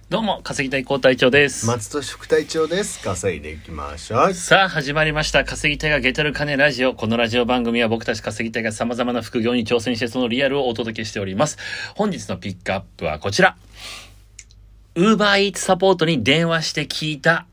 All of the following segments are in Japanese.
どうも稼ぎたい高隊長です。 松戸副隊長です。稼いでいきましょう。 さあ始まりました稼ぎたいがゲタる金ラジオ。このラジオ番組は僕たち稼ぎたいが様々な副業に挑戦してそのリアルをお届けしております。本日のピックアップはこちら。Uber Eats サポートに電話して聞いた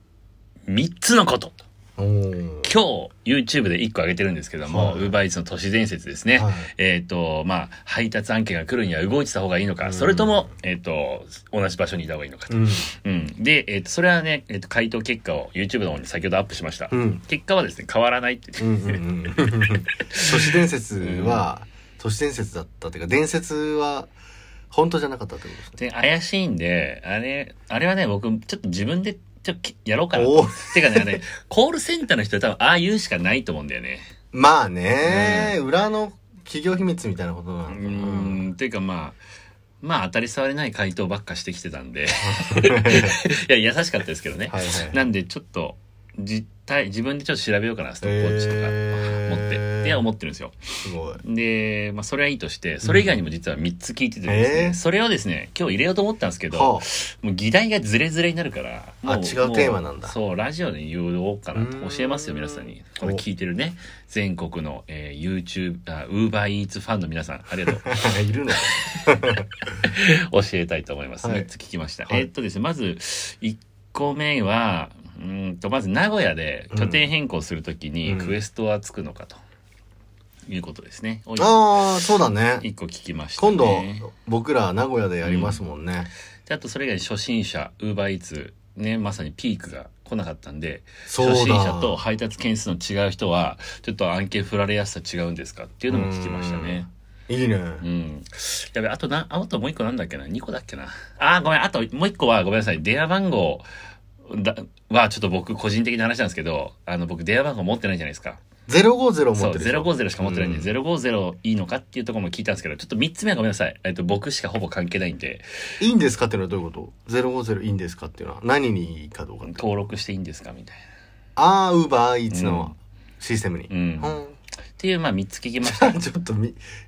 3つのこと。今日 YouTube で1個上げてるんですけども、Uber Eats の都市伝説ですね。配達案件が来るには動いてた方がいいのか、それとも同じ場所にいた方がいいのかと。で、それはね、回答結果を YouTube の方に先ほどアップしました。結果はですね、変わらないって。 都市伝説は、都市伝説だったっていうか、伝説は本当じゃなかったってことですね。 で、怪しいんで、あれはね、僕ちょっと自分でちょっとやろうかなと。てかね、コールセンターの人は多分ああ言うしかないと思うんだよね。 まあね、裏の企業秘密みたいなことなのかな。 っていうかまあ当たり障りない回答ばっかしてきてたんでいや優しかったですけどね。なんでちょっと自分でちょっと調べようかな、ストップウォッチとか思ってるんですよ。 すごい。 で、それはいいとして、それ以外にも実は3つ聞いててですね、それをですね、今日入れようと思ったんですけど、もう議題がズレズレになるから、 違うテーマなんだ。 そう、ラジオで言おうかなと教えますよ、皆さんに。これ聞いてるね、全国の、YouTube、Uber Eats ファンの皆さん、ありがとう。 いるの教えたいと思います。3つ聞きました。ですね、まず、1個目は、まず名古屋で拠点変更するときにクエストはつくのかということですね。 ああ、そうだね。 1個聞きましたね。 今度僕ら名古屋でやりますもんね。 であとそれ以外に初心者 Uber Eats ね、まさにピークが来なかったんで、 初心者と配達件数の違う人はちょっと案件振られやすさ違うんですかっていうのも聞きましたね。 いいね。 やべ、あともう1個なんだっけな、2個だっけな。ごめん、あともう1個はごめんなさい、電話番号はちょっと僕個人的な話なんですけど、僕電話番号持ってないじゃないですか。 050持ってる。 そう、050しか持ってないんで、050いいのかっていうところも聞いたんですけど、ちょっと3つ目はごめんなさい。僕しかほぼ関係ないんで。 いいんですかっていうのはどういうこと？ 050 いいんですかっていうのは何にいいかどうか。 登録していいんですかみたいな。Uber Eats のシステムに。 っていう、3つ聞きました。 ちょっと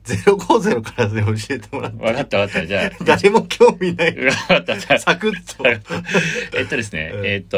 050からで教えてもらって。 わかった。じゃあ。 誰も興味ない。 わかった。じゃあ。 サクッと。 ですね、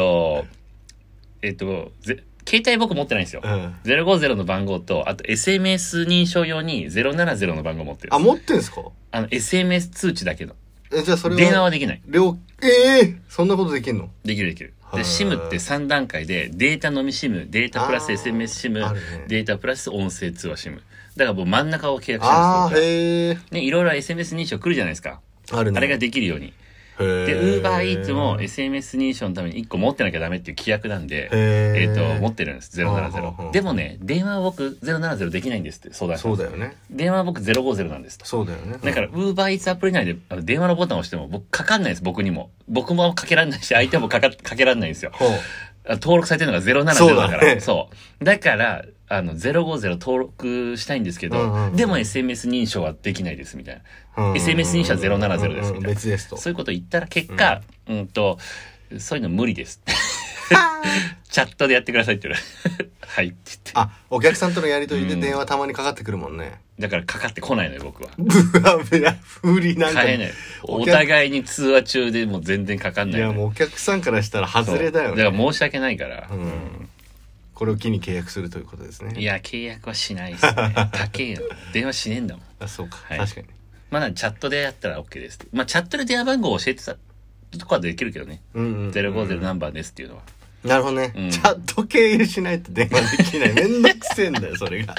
携帯僕持ってないんですよ。050の番号と、あと SMS 認証用に070の番号持ってる。 持ってんすか ？SMS 通知だけど。 じゃあそれは。 電話はできない。 そんなことできんの？ できる。で、SIM って3段階で、データのみ SIM、データプラス SMS SIM、データプラス音声通話 SIM。だからもう真ん中を契約したんですよ。ね、いろいろ SMS 認証来るじゃないですか。あれができるように。で、Uber Eats も SMS 認証のために1個持ってなきゃダメっていう規約なんで、持ってるんです、070。でもね、電話は僕070できないんですって相談したんです。 そうだよね。 電話は僕050なんですと。 そうだよね。 だから Uber Eats アプリ内で電話のボタンを押しても僕かかんないです、僕にも。僕もかけらんないし、相手もかけらんないんですよ。登録されてるのが070だから。そう。だから、050登録したいんですけど、でも SMS 認証はできないですみたいな。SMS 認証は070ですみたいな。 別ですと。 そういうこと言ったら結果、そういうの無理です。チャットでやってくださいって言うはいって言って。 お客さんとのやりとりで電話たまにかかってくるもんね。 だからかかってこないのよ、僕は。 無理なんか。 買えない。お互いに通話中でも全然かかんない。 いや、もうお客さんからしたら外れだよね。 だから申し訳ないから。 これを機に契約するということですね。 いや、契約はしないですね。高えよ。電話しねえんだもん。 そうか。確かに。 まだチャットでやったら OK です。チャットで電話番号を教えてたとかはできるけどね。050ナンバーですっていうのは。 なるほどね。チャット経由しないと電話できない。めんどくせえんだよ、それが。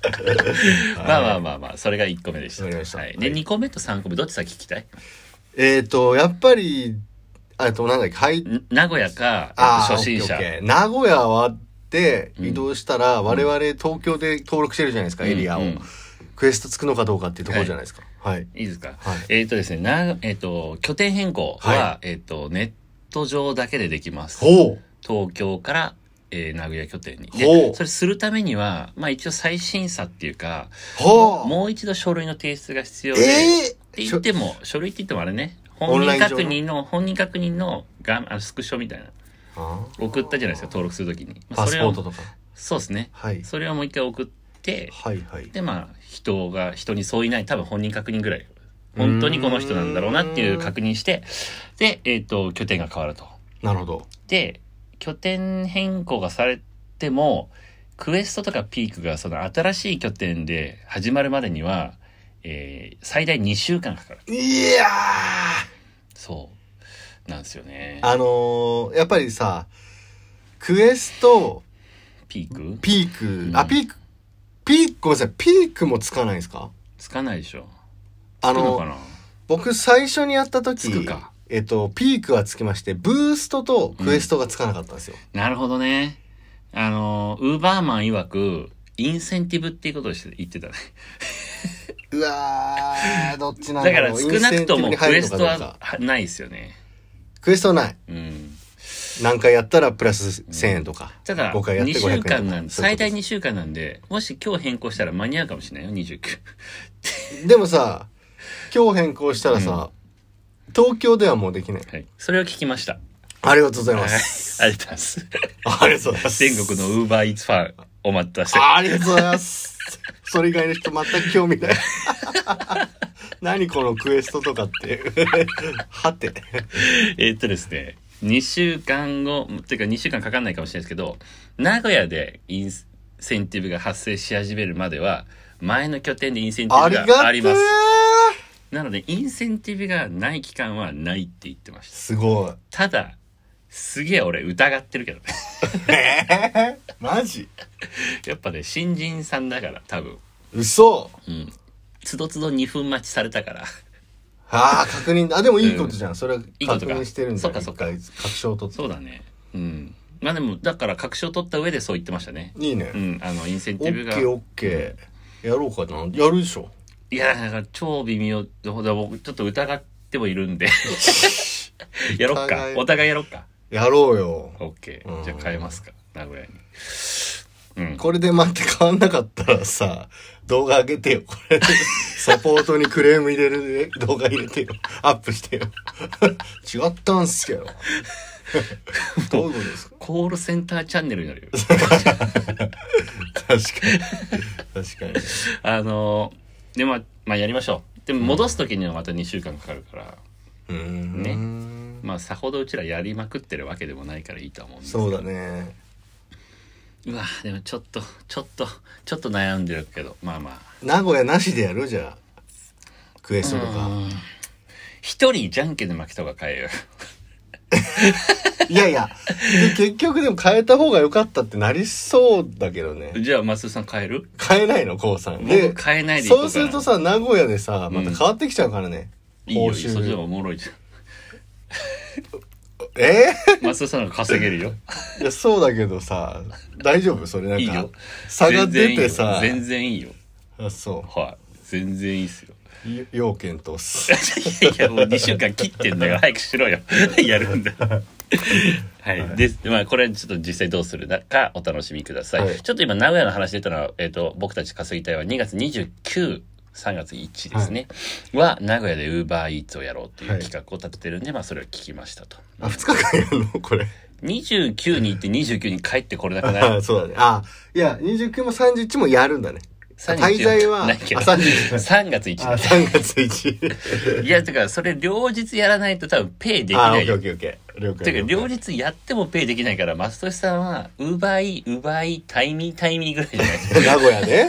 まあ、それが1個目でした。で、2個目と3個目、どっち先聞きたい？ やっぱり、なんだっけ、 名古屋か、初心者。 名古屋はで移動したら、我々東京で登録してるじゃないですか、エリアを。クエストつくのかどうかっていうところじゃないですか。はい。 いいですか？ですね、拠点変更は、ネット上だけでできます。東京から、名古屋拠点に。で、それするためには、一応再審査っていうか、もう一度書類の提出が必要で、って言っても、書類って言ってもあれね、本人確認のスクショみたいな。送ったじゃないですか、登録するときに。 パスポートとか。 そうですね。それをもう一回送って、で、人にそういない、多分本人確認ぐらい本当にこの人なんだろうなっていう確認して、で、拠点が変わると。 なるほど。 で、拠点変更がされても、クエストとかピークがその新しい拠点で始まるまでには、最大2週間かかる。 いやーそうなんですよね。 やっぱりさ、クエストピーク、 ピーク、ごめんなさい、ピークもつかないんですか？ つかないでしょ。つくのかな？ 僕最初にやった時、 つくか。 ピークはつきまして、ブーストとクエストがつかなかったんですよ。 なるほどね。ウーバーマン曰く、インセンティブっていうことを言ってたね。 うわー、どっちなんだろう。 だから少なくともクエストはないですよね。 クエストはない。 うん。 何回やったらプラス1000円とか。 ただ、 5回やって500 2 円とか。 週間なんで、最大2週間なんで、もし今日変更したら間に合うかもしれないよ、29。 でもさ、今日変更したらさ、東京ではもうできない。 はい。それを聞きました。 ありがとうございます。 ありがとうございます。 ありがとうございます。 全国のウーバーイーツファン、お待たせ。 ありがとうございます。それ以外の人全く興味ない。何このクエストとかって。はて。 ですね、2週間後、ていうか2週間かかんないかもしれないですけど、名古屋でインセンティブが発生し始めるまでは、前の拠点でインセンティブがあります。なので、インセンティブがない期間はないって言ってました。 すごい。 ただ、すげえ俺疑ってるけどね。 マジ？ やっぱね、新人さんだから、多分。 嘘？ うん。つどつど2分待ちされたから。 ああ、確認。あ、でもいいことじゃん。それは確認してるんだ。 そっかそっか。 確証取って。 そうだね。うん。まあでも、だから確証取った上でそう言ってましたね。 いいね。 うん。インセンティブが。 オッケー。やろうかな。やるでしょ。 いや、なんか超微妙。僕ちょっと疑ってもいるんで。やろっか。お互いやろっか。 やろうよ。 オッケー。じゃあ変えますか。名古屋に。 うん。これで待って変わんなかったらさ、動画上げてよ。これサポートにクレーム入れる動画入れてよ。アップしてよ。違ったんすけど。どういうことですか？ コールセンターチャンネルになるよ。 確かに。 でまあやりましょう。でも戻す時にはまた2週間かかるから。ね。まあさほどうちらやりまくってるわけでもないからいいと思うんですけど。 そうだね。 うわ、でもちょっと悩んでるけど、まあまあ。 名古屋なしでやるじゃん。クエストとか。 一人じゃんけんで負けた方が変えよう。 いやいや、結局でも変えた方が良かったってなりそうだけどね。 じゃあ松田さん変える？ 変えないの、こうさん。 で、変えないでいこうかな。 そうするとさ、名古屋でさ、また変わってきちゃうからね。 いいよ、そっちの方がおもろいじゃん。松田さんの方が稼げるよ。 いや、そうだけどさ、大丈夫？それなんか。 いいよ。 差が出てさ。 全然いいよ。あ、 そう。 はい。全然いいっすよ。 要検討す。 いや、もう2週間切ってんだから早くしろよ。やるんだ。はい。で、まあ、これちょっと実際どうするかお楽しみください。はい、ちょっと今、名古屋の話出たのは、僕たち稼ぎたいは2月29、3月1ですね。は、名古屋で Uber Eats をやろうという企画を立ててるんで、まあ、それを聞きましたと。 あ、2日間やるのこれ。 29に行って29に帰ってこれなくない？ あ、そうだね。あ、いや、29も31もやるんだね。滞在は、 3月1。 あ、3月1。 いや、てか、それ両日やらないと多分ペイできないよ。 オッケー。了解。 てか、両日やってもペイできないから、松俊さんは、ウーバーイ、タイミーぐらいじゃないですか。 名古屋ね。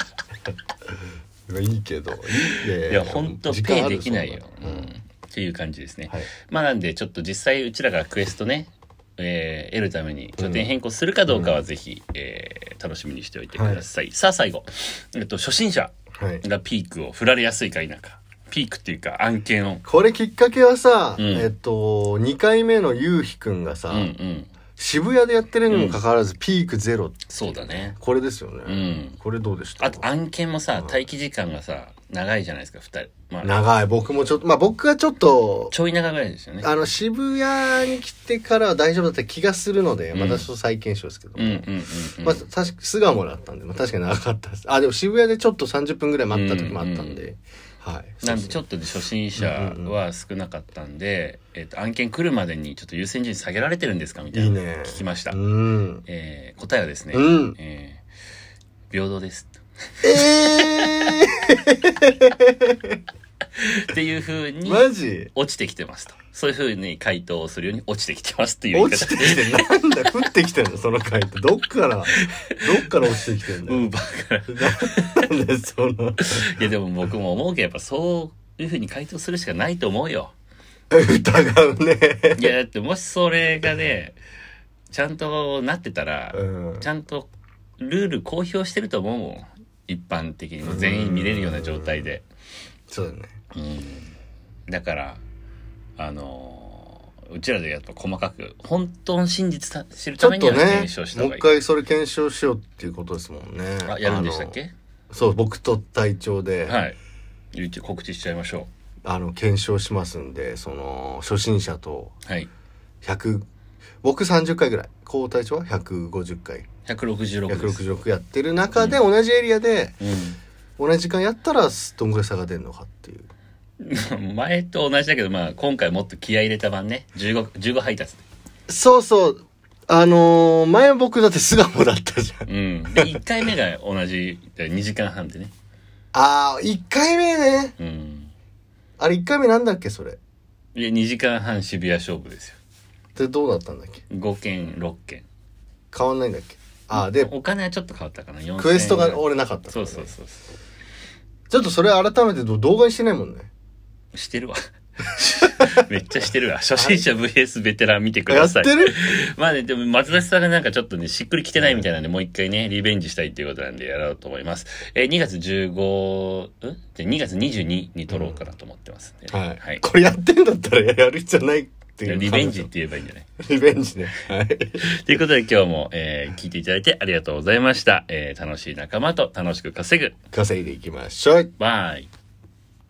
いいけど。 いや、ほんとペイできないよ。っていう感じですね。まあなんで、ちょっと実際うちらがクエストね、得るために拠点変更するかどうかはぜひ、楽しみにしておいてください。さあ最後、初心者がピークを振られやすいか否か。ピークっていうか案件を。 これきっかけはさ、2回目のゆうひくんがさ、渋谷でやってるにもかかわらずピークゼロ。 そうだね。 これですよね。これどうでした？ あと案件もさ、待機時間がさ、長いじゃないですか、2人。 まあ、長い。僕もちょっと、まあ僕はちょっと、 ちょい長ぐらいですよね。 渋谷に来てからは大丈夫だった気がするので、またちょっと再検証ですけど。まあ確か巣鴨だったんで、まあ確かに長かったです。あ、でも渋谷でちょっと30分ぐらい待った時もあったんで。はい。 なんでちょっと初心者は少なかったんで、案件来るまでにちょっと優先順位下げられてるんですかみたいな聞きました。答えはですね、平等です。 っていう風にマジ落ちてきてますと。そういう風に回答をするように落ちてきてますっていう言い方。 落ちてきて、なんだ、降ってきてんのその回答。どっから落ちてきてんだよ。 バカな。 なんでその。 いやでも僕も思うけど、やっぱそういう風に回答するしかないと思うよ。 疑うね。 いやだってもしそれがね、ちゃんとなってたら、ちゃんとルール公表してると思うもん。一般的にも全員見れるような状態で。 そうだね。 だからうちらでやっぱ細かく本当の真実知るためには検証した方がいい。 もう一回それ検証しようっていうことですもんね。 あ、やるんでしたっけ？ そう、僕と隊長で、 はい。告知しちゃいましょう。検証しますんで、その初心者とはい。 僕30回ぐらい、高隊長は150回、 166です。 166やってる中で、同じエリアで、 うん、 同じ時間やったらどんぐらい差が出るのかっていう。 前と同じだけど、まあ今回もっと気合い入れた版ね。15配達で。 そうそう。前僕だって巣鴨だったじゃん。 うん。で、1回目が同じ、2時間半でね。 ああ、1回目ね。 うん。 あれ1回目なんだっけ、それ。 いや、2時間半渋谷勝負ですよ。 で、どうだったんだっけ？ 5 件、6件。 変わんないんだっけ？ああ、で、 お金はちょっと変わったかな。 クエストが俺なかったから、ね。 そう。 ちょっとそれ改めて動画にしてないもんね。 してるわ。めっちゃしてるわ。初心者 VS ベテラン見てください。 やってる？ まあね、でも松田さんがなんかちょっとね、しっくりきてないみたいなんで、もう一回ね、リベンジしたいっていうことなんでやろうと思います。2月15、じゃ2月22に撮ろうかなと思ってますんで、ねはい。これやってんだったらやる必要ないっていう。 リベンジって言えばいいんじゃない？ リベンジね。はい。 ということで今日も、聞いていただいてありがとうございました。楽しい仲間と楽しく稼いでいきましょう。 バイ。